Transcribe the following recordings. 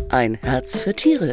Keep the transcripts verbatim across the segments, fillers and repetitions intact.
Ein Herz für Tiere.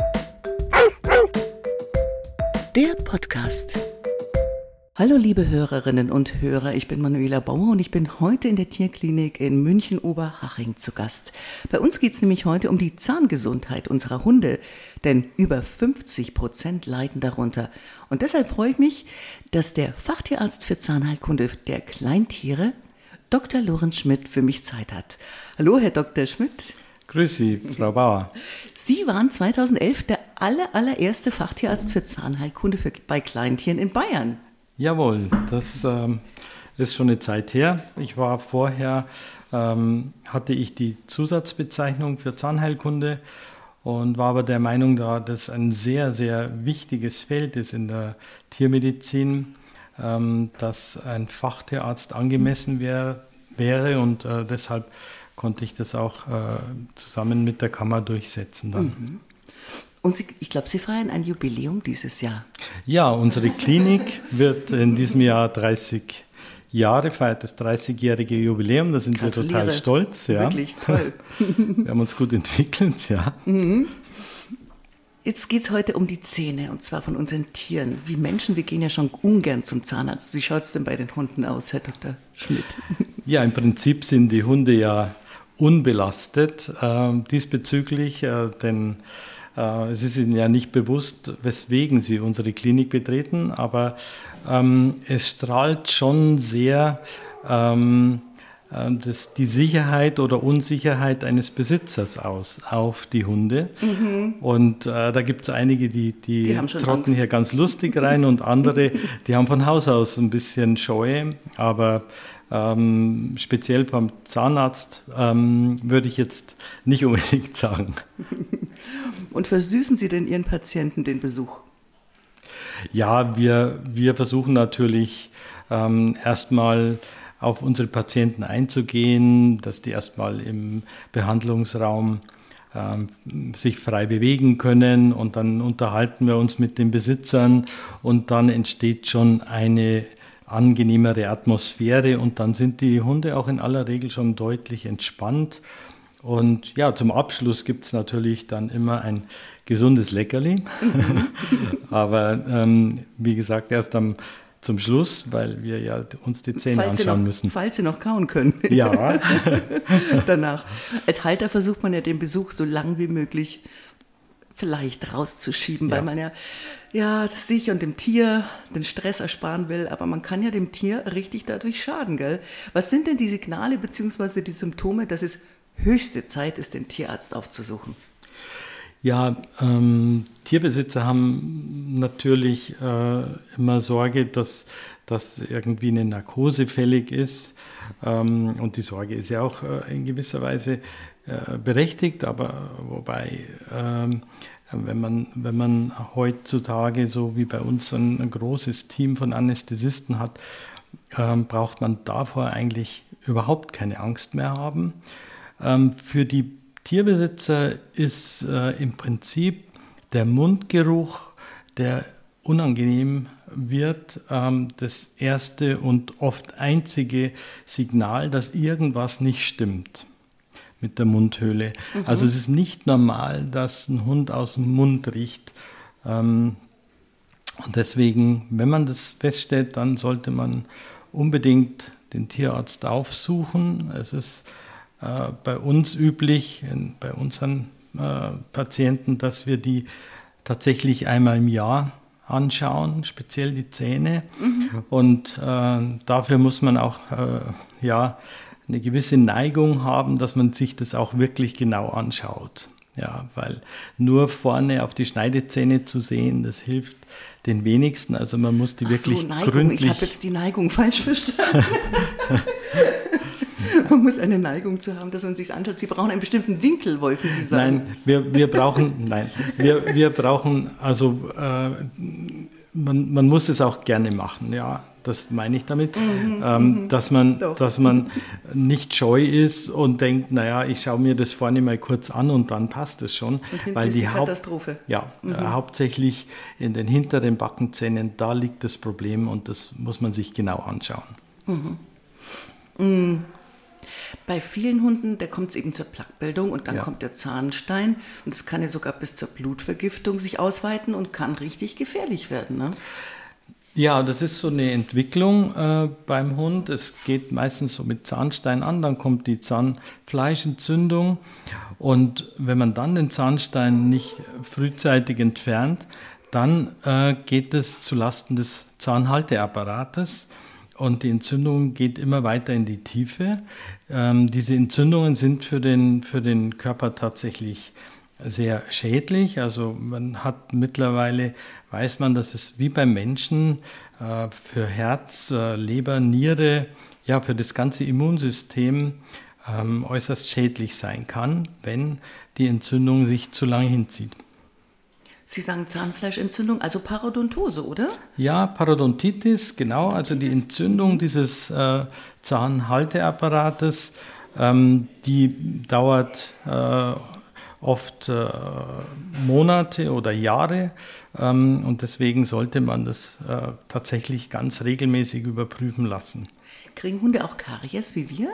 Der Podcast. Hallo liebe Hörerinnen und Hörer, ich bin Manuela Bauer und ich bin heute in der Tierklinik in München-Oberhaching zu Gast. Bei uns geht es nämlich heute um die Zahngesundheit unserer Hunde, denn über fünfzig Prozent leiden darunter. Und deshalb freue ich mich, dass der Fachtierarzt für Zahnheilkunde der Kleintiere, Doktor Lorenz Schmidt, für mich Zeit hat. Hallo Herr Doktor Schmidt. Grüß Sie, Frau Bauer. Sie waren zweitausendelf der aller, allererste Fachtierarzt für Zahnheilkunde für, bei Kleintieren in Bayern. Jawohl, das ähm, ist schon eine Zeit her. Ich war vorher, ähm, hatte ich die Zusatzbezeichnung für Zahnheilkunde und war aber der Meinung, da das ein sehr, sehr wichtiges Feld ist in der Tiermedizin, ähm, dass ein Fachtierarzt angemessen wär, wäre und äh, deshalb konnte ich das auch äh, zusammen mit der Kammer durchsetzen dann. Mhm. Und Sie, ich glaube, Sie feiern ein Jubiläum dieses Jahr. Ja, unsere Klinik wird in diesem Jahr dreißig Jahre, feiert das dreißigjährige Jubiläum. Da sind wir total stolz. Ja. Wirklich toll. Wir haben uns gut entwickelt, ja. Mhm. Jetzt geht es heute um die Zähne, und zwar von unseren Tieren. Wie Menschen, wir gehen ja schon ungern zum Zahnarzt. Wie schaut es denn bei den Hunden aus, Herr Doktor Schmidt? Ja, im Prinzip sind die Hunde ja unbelastet äh, diesbezüglich, äh, denn es ist Ihnen ja nicht bewusst, weswegen Sie unsere Klinik betreten, aber ähm, es strahlt schon sehr ähm, das, die Sicherheit oder Unsicherheit eines Besitzers aus auf die Hunde. Mhm. Und äh, da gibt es einige, die, die, die trotten Angst. Hier ganz lustig rein und andere, die haben von Haus aus ein bisschen Scheu, aber Ähm, speziell vom Zahnarzt ähm, würde ich jetzt nicht unbedingt sagen. Und versüßen Sie denn Ihren Patienten den Besuch? Ja, wir, wir versuchen natürlich ähm, erstmal auf unsere Patienten einzugehen, dass die erstmal im Behandlungsraum ähm, sich frei bewegen können und dann unterhalten wir uns mit den Besitzern und dann entsteht schon eine angenehmere Atmosphäre und dann sind die Hunde auch in aller Regel schon deutlich entspannt. Und ja, zum Abschluss gibt es natürlich dann immer ein gesundes Leckerli. Mhm. Aber ähm, wie gesagt, erst am, zum Schluss, weil wir ja uns die Zähne falls anschauen noch, müssen. Falls sie noch kauen können. Ja. Danach. Als Halter versucht man ja den Besuch so lang wie möglich vielleicht rauszuschieben, ja. Weil man ja, ja, das sich und dem Tier den Stress ersparen will, aber man kann ja dem Tier richtig dadurch schaden, gell? Was sind denn die Signale bzw. die Symptome, dass es höchste Zeit ist, den Tierarzt aufzusuchen? Ja, ähm, Tierbesitzer haben natürlich äh, immer Sorge, dass, dass irgendwie eine Narkose fällig ist ähm, und die Sorge ist ja auch äh, in gewisser Weise äh, berechtigt, aber wobei ähm, wenn man, wenn man heutzutage so wie bei uns ein, ein großes Team von Anästhesisten hat, ähm, braucht man davor eigentlich überhaupt keine Angst mehr haben. Ähm, für die Tierbesitzer ist äh, im Prinzip der Mundgeruch, der unangenehm wird, ähm, das erste und oft einzige Signal, dass irgendwas nicht stimmt mit der Mundhöhle. Mhm. Also es ist nicht normal, dass ein Hund aus dem Mund riecht. Ähm, und deswegen, wenn man das feststellt, dann sollte man unbedingt den Tierarzt aufsuchen. Es ist äh, bei uns üblich, in, bei unseren äh, Patienten, dass wir die tatsächlich einmal im Jahr anschauen, speziell die Zähne. Mhm. Und äh, dafür muss man auch äh, ja, eine gewisse Neigung haben, dass man sich das auch wirklich genau anschaut. Ja, weil nur vorne auf die Schneidezähne zu sehen, das hilft den wenigsten. Also man muss die Ach wirklich so, Neigung. gründlich... Ich habe jetzt die Neigung falsch verstanden. Man muss eine Neigung zu haben, dass man sich anschaut. Sie brauchen einen bestimmten Winkel, wollten Sie sagen. Nein, wir, wir brauchen, nein, wir, wir brauchen, also äh, man, man muss es auch gerne machen, ja. Das meine ich damit, mhm, ähm, dass, man, dass man nicht scheu ist und denkt, naja, ich schaue mir das vorne mal kurz an und dann passt es schon. Und weil ist die, die Haupt, Katastrophe. Ja, mhm. äh, hauptsächlich in den hinteren Backenzähnen, da liegt das Problem und das muss man sich genau anschauen. Mhm. Mhm. Bei vielen Hunden, da kommt es eben zur Plaquebildung und dann Ja. kommt der Zahnstein und es kann ja sogar bis zur Blutvergiftung sich ausweiten und kann richtig gefährlich werden. Ne? Ja, das ist so eine Entwicklung äh, beim Hund. Es geht meistens so mit Zahnstein an, dann kommt die Zahnfleischentzündung und wenn man dann den Zahnstein nicht frühzeitig entfernt, dann äh, geht es zulasten des Zahnhalteapparates und die Entzündung geht immer weiter in die Tiefe. Ähm, diese Entzündungen sind für den, für den Körper tatsächlich sehr schädlich. Also man hat mittlerweile, weiß man, dass es wie beim Menschen äh, für Herz, äh, Leber, Niere, ja für das ganze Immunsystem ähm, äußerst schädlich sein kann, wenn die Entzündung sich zu lange hinzieht. Sie sagen Zahnfleischentzündung, also Parodontose, oder? Ja, Parodontitis, genau, also die Entzündung dieses äh, Zahnhalteapparates, ähm, die dauert äh, oft äh, Monate oder Jahre ähm, und deswegen sollte man das äh, tatsächlich ganz regelmäßig überprüfen lassen. Kriegen Hunde auch Karies wie wir?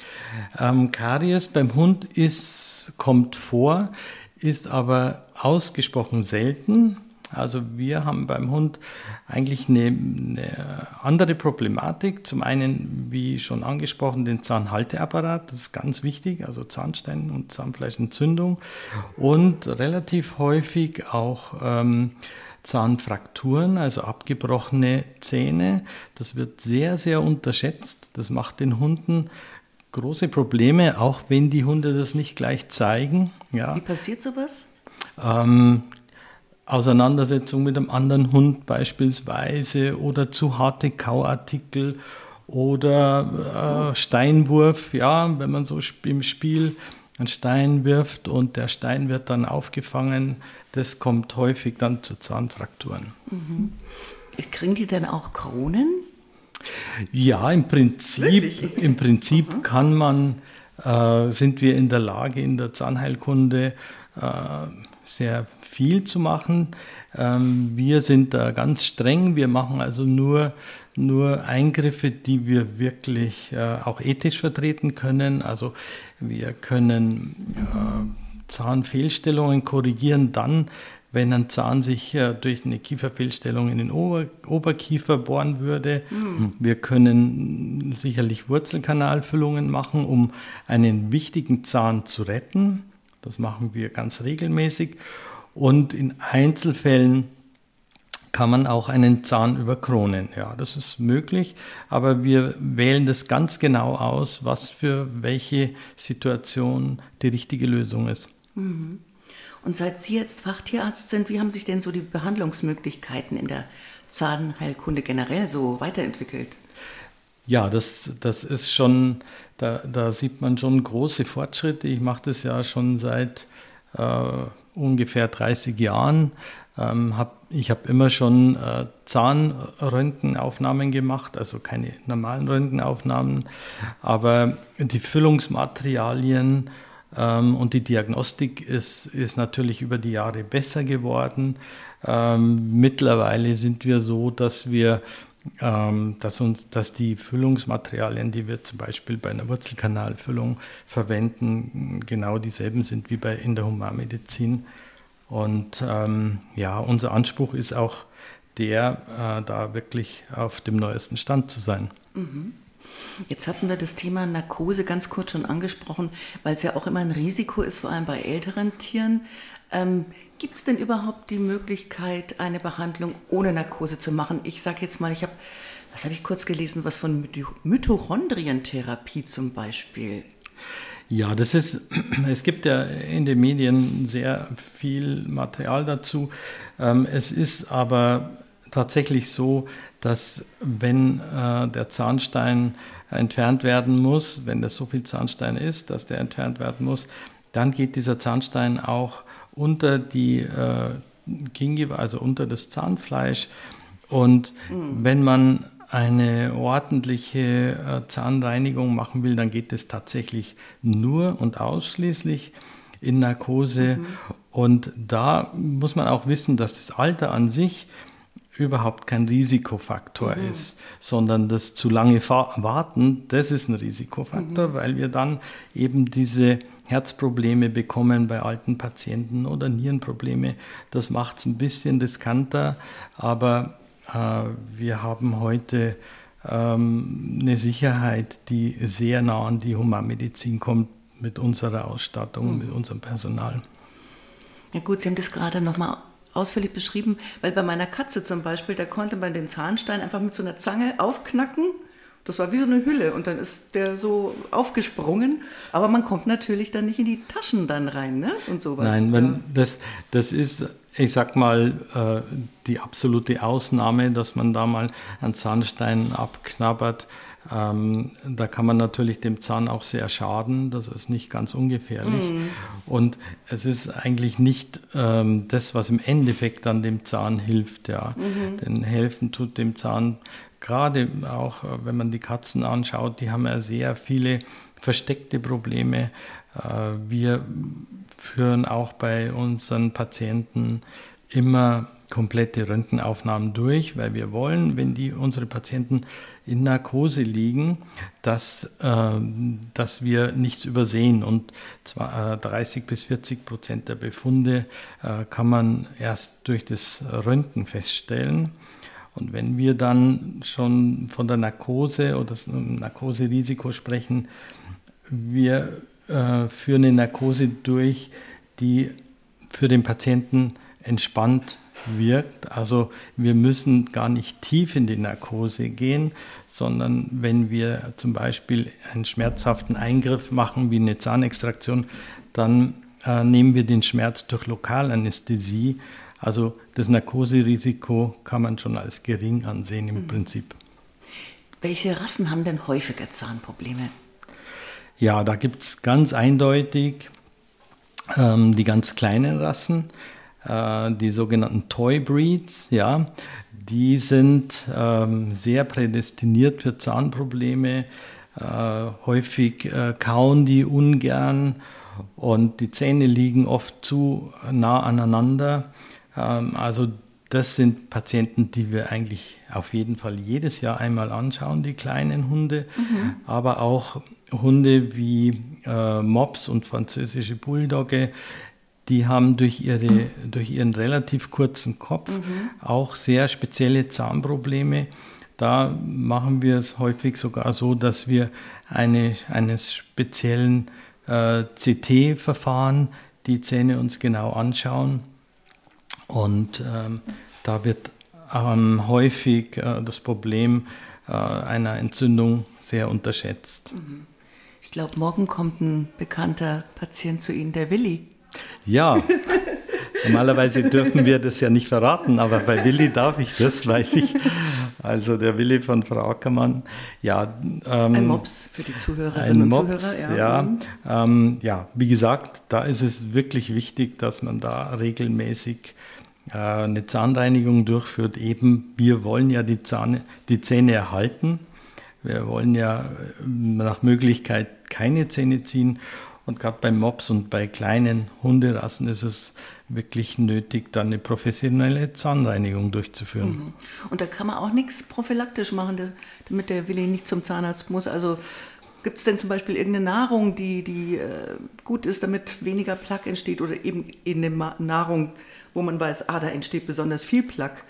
Ähm, Karies beim Hund ist, kommt vor, ist aber ausgesprochen selten. Also wir haben beim Hund eigentlich eine, eine andere Problematik. Zum einen, wie schon angesprochen, den Zahnhalteapparat, das ist ganz wichtig, also Zahnstein- und Zahnfleischentzündung und relativ häufig auch ähm, Zahnfrakturen, also abgebrochene Zähne. Das wird sehr, sehr unterschätzt. Das macht den Hunden große Probleme, auch wenn die Hunde das nicht gleich zeigen. Ja. Wie passiert sowas? Ähm, Auseinandersetzung mit einem anderen Hund beispielsweise oder zu harte Kauartikel oder äh, Steinwurf, ja, wenn man so im Spiel einen Stein wirft und der Stein wird dann aufgefangen, das kommt häufig dann zu Zahnfrakturen. Mhm. Kriegen die denn auch Kronen? Ja, im Prinzip, im Prinzip mhm. kann man, äh, sind wir in der Lage, in der Zahnheilkunde äh, sehr viel zu machen. Ähm, wir sind da ganz streng. Wir machen also nur, nur Eingriffe, die wir wirklich äh, auch ethisch vertreten können. Also wir können äh, Zahnfehlstellungen korrigieren dann, wenn ein Zahn sich äh, durch eine Kieferfehlstellung in den Ober- Oberkiefer bohren würde. Mhm. Wir können sicherlich Wurzelkanalfüllungen machen, um einen wichtigen Zahn zu retten. Das machen wir ganz regelmäßig. Und in Einzelfällen kann man auch einen Zahn überkronen. Ja, das ist möglich, aber wir wählen das ganz genau aus, was für welche Situation die richtige Lösung ist. Mhm. Und seit Sie jetzt Fachtierarzt sind, wie haben sich denn so die Behandlungsmöglichkeiten in der Zahnheilkunde generell so weiterentwickelt? Ja, das, das ist schon, da, da sieht man schon große Fortschritte. Ich mache das ja schon seit äh, ungefähr dreißig Jahren. Ähm, hab, ich habe immer schon äh, Zahnröntgenaufnahmen gemacht, also keine normalen Röntgenaufnahmen, aber die Füllungsmaterialien ähm, und die Diagnostik ist, ist natürlich über die Jahre besser geworden. Ähm, mittlerweile sind wir so, dass wir Dass, uns, dass die Füllungsmaterialien, die wir zum Beispiel bei einer Wurzelkanalfüllung verwenden, genau dieselben sind wie bei in der Humanmedizin. Und ähm, ja, unser Anspruch ist auch der, äh, da wirklich auf dem neuesten Stand zu sein. Mhm. Jetzt hatten wir das Thema Narkose ganz kurz schon angesprochen, weil es ja auch immer ein Risiko ist, vor allem bei älteren Tieren. Ähm, Gibt es denn überhaupt die Möglichkeit, eine Behandlung ohne Narkose zu machen? Ich sage jetzt mal, ich habe, was habe ich kurz gelesen, was von Mitochondrientherapie zum Beispiel. Ja, das ist, es gibt ja in den Medien sehr viel Material dazu. Es ist aber tatsächlich so, dass wenn äh, der Zahnstein entfernt werden muss, wenn das so viel Zahnstein ist, dass der entfernt werden muss, dann geht dieser Zahnstein auch unter die äh, Gingiva, also unter das Zahnfleisch. Und mhm. wenn man eine ordentliche äh, Zahnreinigung machen will, dann geht es tatsächlich nur und ausschließlich in Narkose. Mhm. Und da muss man auch wissen, dass das Alter an sich überhaupt kein Risikofaktor mhm. ist, sondern das zu lange Warten, das ist ein Risikofaktor, mhm. weil wir dann eben diese Herzprobleme bekommen bei alten Patienten oder Nierenprobleme. Das macht es ein bisschen riskanter, aber äh, wir haben heute ähm, eine Sicherheit, die sehr nah an die Humanmedizin kommt mit unserer Ausstattung, mhm. mit unserem Personal. Ja gut, Sie haben das gerade nochmal ausführlich beschrieben, weil bei meiner Katze zum Beispiel, da konnte man den Zahnstein einfach mit so einer Zange aufknacken. Das war wie so eine Hülle und dann ist der so aufgesprungen, aber man kommt natürlich dann nicht in die Taschen dann rein, ne? Und sowas. Nein, wenn, ja. das, das ist, ich sag mal, äh, die absolute Ausnahme, dass man da mal einen Zahnstein abknabbert. Ähm, da kann man natürlich dem Zahn auch sehr schaden, das ist nicht ganz ungefährlich. Mm. Und es ist eigentlich nicht ähm, das, was im Endeffekt dann dem Zahn hilft. Ja. Mm-hmm. Denn helfen tut dem Zahn, gerade auch wenn man die Katzen anschaut, die haben ja sehr viele versteckte Probleme. Äh, wir führen auch bei unseren Patienten immer komplette Röntgenaufnahmen durch, weil wir wollen, wenn die unsere Patienten in Narkose liegen, dass, äh, dass wir nichts übersehen. Und zwar äh, dreißig bis vierzig Prozent der Befunde äh, kann man erst durch das Röntgen feststellen. Und wenn wir dann schon von der Narkose oder das Narkoserisiko sprechen, wir äh, führen eine Narkose durch, die für den Patienten entspannt wirkt. Also wir müssen gar nicht tief in die Narkose gehen, sondern wenn wir zum Beispiel einen schmerzhaften Eingriff machen, wie eine Zahnextraktion, dann äh, nehmen wir den Schmerz durch Lokalanästhesie. Also das Narkoserisiko kann man schon als gering ansehen im mhm. Prinzip. Welche Rassen haben denn häufiger Zahnprobleme? Ja, da gibt es ganz eindeutig ähm, die ganz kleinen Rassen. Die sogenannten Toy Breeds, ja, die sind ähm, sehr prädestiniert für Zahnprobleme. Äh, häufig äh, kauen die ungern und die Zähne liegen oft zu nah aneinander. Ähm, also das sind Patienten, die wir eigentlich auf jeden Fall jedes Jahr einmal anschauen, die kleinen Hunde, mhm. aber auch Hunde wie äh, Mops und französische Bulldogge. Die haben durch, ihre, durch ihren relativ kurzen Kopf mhm. auch sehr spezielle Zahnprobleme. Da machen wir es häufig sogar so, dass wir eine, eines speziellen äh, C T-Verfahren die Zähne uns genau anschauen. Und ähm, da wird ähm, häufig äh, das Problem äh, einer Entzündung sehr unterschätzt. Mhm. Ich glaube, morgen kommt ein bekannter Patient zu Ihnen, der Willi. Ja, normalerweise dürfen wir das ja nicht verraten, aber bei Willi darf ich das, weiß ich. Also der Willi von Frau Ackermann. Ja, ähm, ein Mops für die Zuhörerinnen und Mops, Zuhörer. Ja, ja, ähm, ja, wie gesagt, da ist es wirklich wichtig, dass man da regelmäßig äh, eine Zahnreinigung durchführt. Eben, wir wollen ja die, Zahn, die Zähne erhalten. Wir wollen ja nach Möglichkeit keine Zähne ziehen. Und gerade bei Mops und bei kleinen Hunderassen ist es wirklich nötig, dann eine professionelle Zahnreinigung durchzuführen. Mhm. Und da kann man auch nichts prophylaktisch machen, damit der Willi nicht zum Zahnarzt muss. Also gibt es denn zum Beispiel irgendeine Nahrung, die, die äh, gut ist, damit weniger Plaque entsteht? Oder eben in der Nahrung, wo man weiß, ah, da entsteht besonders viel Plaque?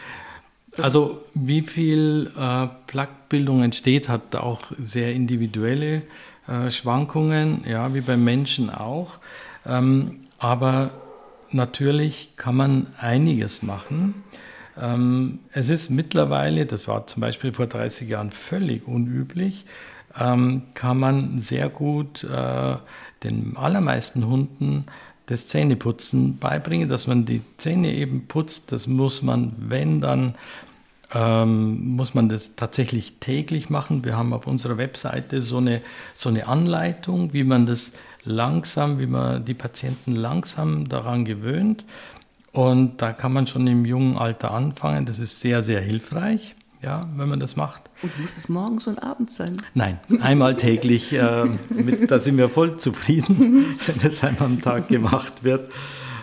Also wie viel äh, Plaquebildung entsteht, hat auch sehr individuelle äh, Schwankungen, ja, wie beim Menschen auch. Ähm, aber natürlich kann man einiges machen. Ähm, es ist mittlerweile, das war zum Beispiel vor dreißig Jahren völlig unüblich, ähm, kann man sehr gut äh, den allermeisten Hunden das Zähneputzen beibringen, dass man die Zähne eben putzt. Das muss man, wenn dann, ähm, muss man das tatsächlich täglich machen. Wir haben auf unserer Webseite so eine, so eine Anleitung, wie man das langsam, wie man die Patienten langsam daran gewöhnt. Und da kann man schon im jungen Alter anfangen. Das ist sehr, sehr hilfreich, ja, wenn man das macht. Und muss das morgens und abends sein? Nein, einmal täglich. Äh, mit, da sind wir voll zufrieden, wenn das einmal am Tag gemacht wird.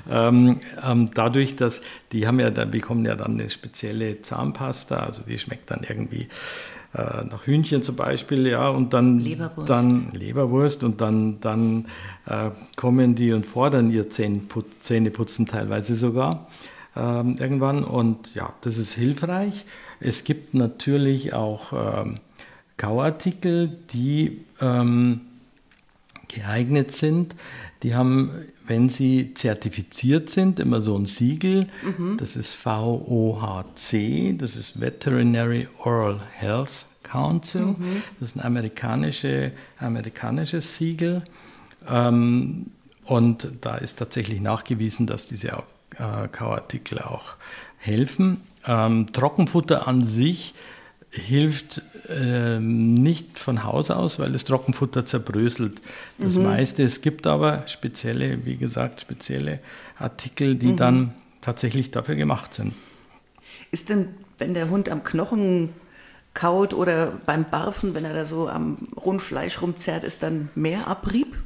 ähm, ähm, dadurch, dass die haben ja, da bekommen ja dann eine spezielle Zahnpasta, also die schmeckt dann irgendwie äh, nach Hühnchen zum Beispiel, ja, und dann Leberwurst, dann, Leberwurst und dann, dann äh, kommen die und fordern ihr Zähneput- Zähneputzen teilweise sogar ähm, irgendwann, und ja, das ist hilfreich. Es gibt natürlich auch ähm, Kauartikel, die ähm, geeignet sind. Die haben, wenn sie zertifiziert sind, immer so ein Siegel. Mhm. Das ist V O H C, das ist Veterinary Oral Health Council. Mhm. Das ist ein amerikanische, amerikanisches Siegel. Ähm, und da ist tatsächlich nachgewiesen, dass diese äh, Kauartikel auch helfen. Ähm, Trockenfutter an sich hilft ähm, nicht von Haus aus, weil das Trockenfutter zerbröselt. Das mhm. meiste. Es gibt aber spezielle, wie gesagt, spezielle Artikel, die mhm. dann tatsächlich dafür gemacht sind. Ist denn, wenn der Hund am Knochen kaut oder beim Barfen, wenn er da so am rohen Fleisch rumzerrt, ist dann mehr Abrieb?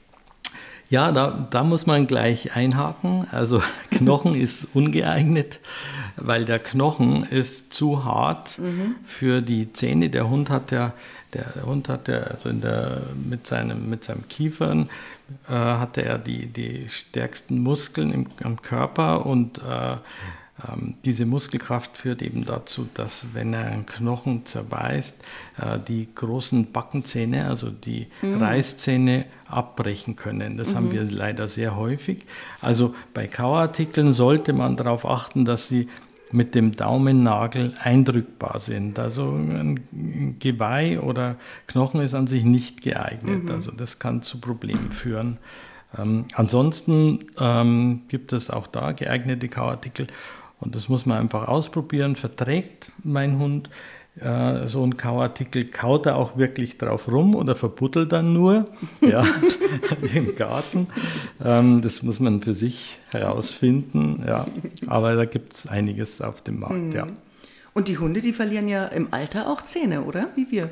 Ja, da, da muss man gleich einhaken. Also Knochen ist ungeeignet, weil der Knochen ist zu hart mhm. für die Zähne. Der Hund hat ja, der Hund hat ja, also in der, mit seinem, mit seinem Kiefern äh, hatte er die, die stärksten Muskeln im, im Körper, und äh, ähm, diese Muskelkraft führt eben dazu, dass, wenn er einen Knochen zerbeißt, äh, die großen Backenzähne, also die mhm. Reißzähne, abbrechen können. Das mhm. haben wir leider sehr häufig. Also bei Kauartikeln sollte man darauf achten, dass sie mit dem Daumennagel eindrückbar sind. Also ein Geweih oder Knochen ist an sich nicht geeignet. Mhm. Also das kann zu Problemen führen. Ähm, ansonsten ähm, gibt es auch da geeignete Kauartikel, und das muss man einfach ausprobieren. Verträgt mein Hund äh, so ein Kauartikel? Kaut er auch wirklich drauf rum oder verbuddelt dann nur? Ja, im Garten. Ähm, das muss man für sich herausfinden. Ja. Aber da gibt es einiges auf dem Markt. Mhm. Ja. Und die Hunde, die verlieren ja im Alter auch Zähne, oder? Wie wir.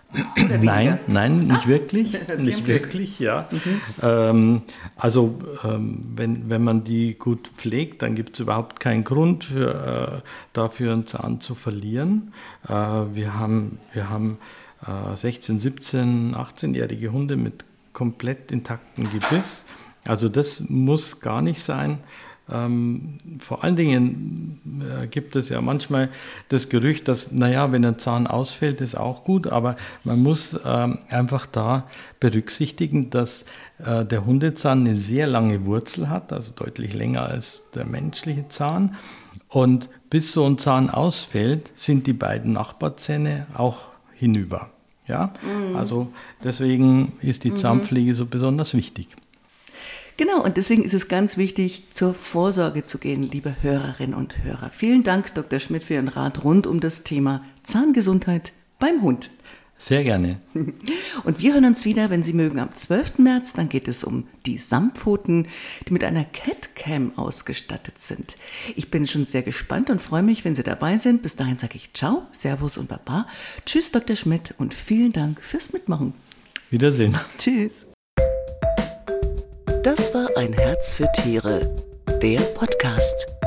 Nein, nein, nicht ah, wirklich, nicht wirklich, ja. Mhm. Ähm, also ähm, wenn, wenn man die gut pflegt, dann gibt es überhaupt keinen Grund für, äh, dafür einen Zahn zu verlieren. Äh, wir haben, wir haben äh, sechzehn-, siebzehn-, achtzehnjährige Hunde mit komplett intaktem Gebiss. Also das muss gar nicht sein. Ähm, vor allen Dingen äh, gibt es ja manchmal das Gerücht, dass, naja, wenn ein Zahn ausfällt, ist auch gut, aber man muss ähm, einfach da berücksichtigen, dass äh, der Hundezahn eine sehr lange Wurzel hat, also deutlich länger als der menschliche Zahn, und bis so ein Zahn ausfällt, sind die beiden Nachbarzähne auch hinüber. Ja? Mhm. Also deswegen ist die Zahnpflege so besonders wichtig. Genau, und deswegen ist es ganz wichtig, zur Vorsorge zu gehen, liebe Hörerinnen und Hörer. Vielen Dank, Doktor Schmidt, für Ihren Rat rund um das Thema Zahngesundheit beim Hund. Sehr gerne. Und wir hören uns wieder, wenn Sie mögen, am zwölften März. Dann geht es um die Samtpfoten, die mit einer Catcam ausgestattet sind. Ich bin schon sehr gespannt und freue mich, wenn Sie dabei sind. Bis dahin sage ich Ciao, Servus und Baba. Tschüss, Doktor Schmidt, und vielen Dank fürs Mitmachen. Wiedersehen. Tschüss. Das war Ein Herz für Tiere, der Podcast.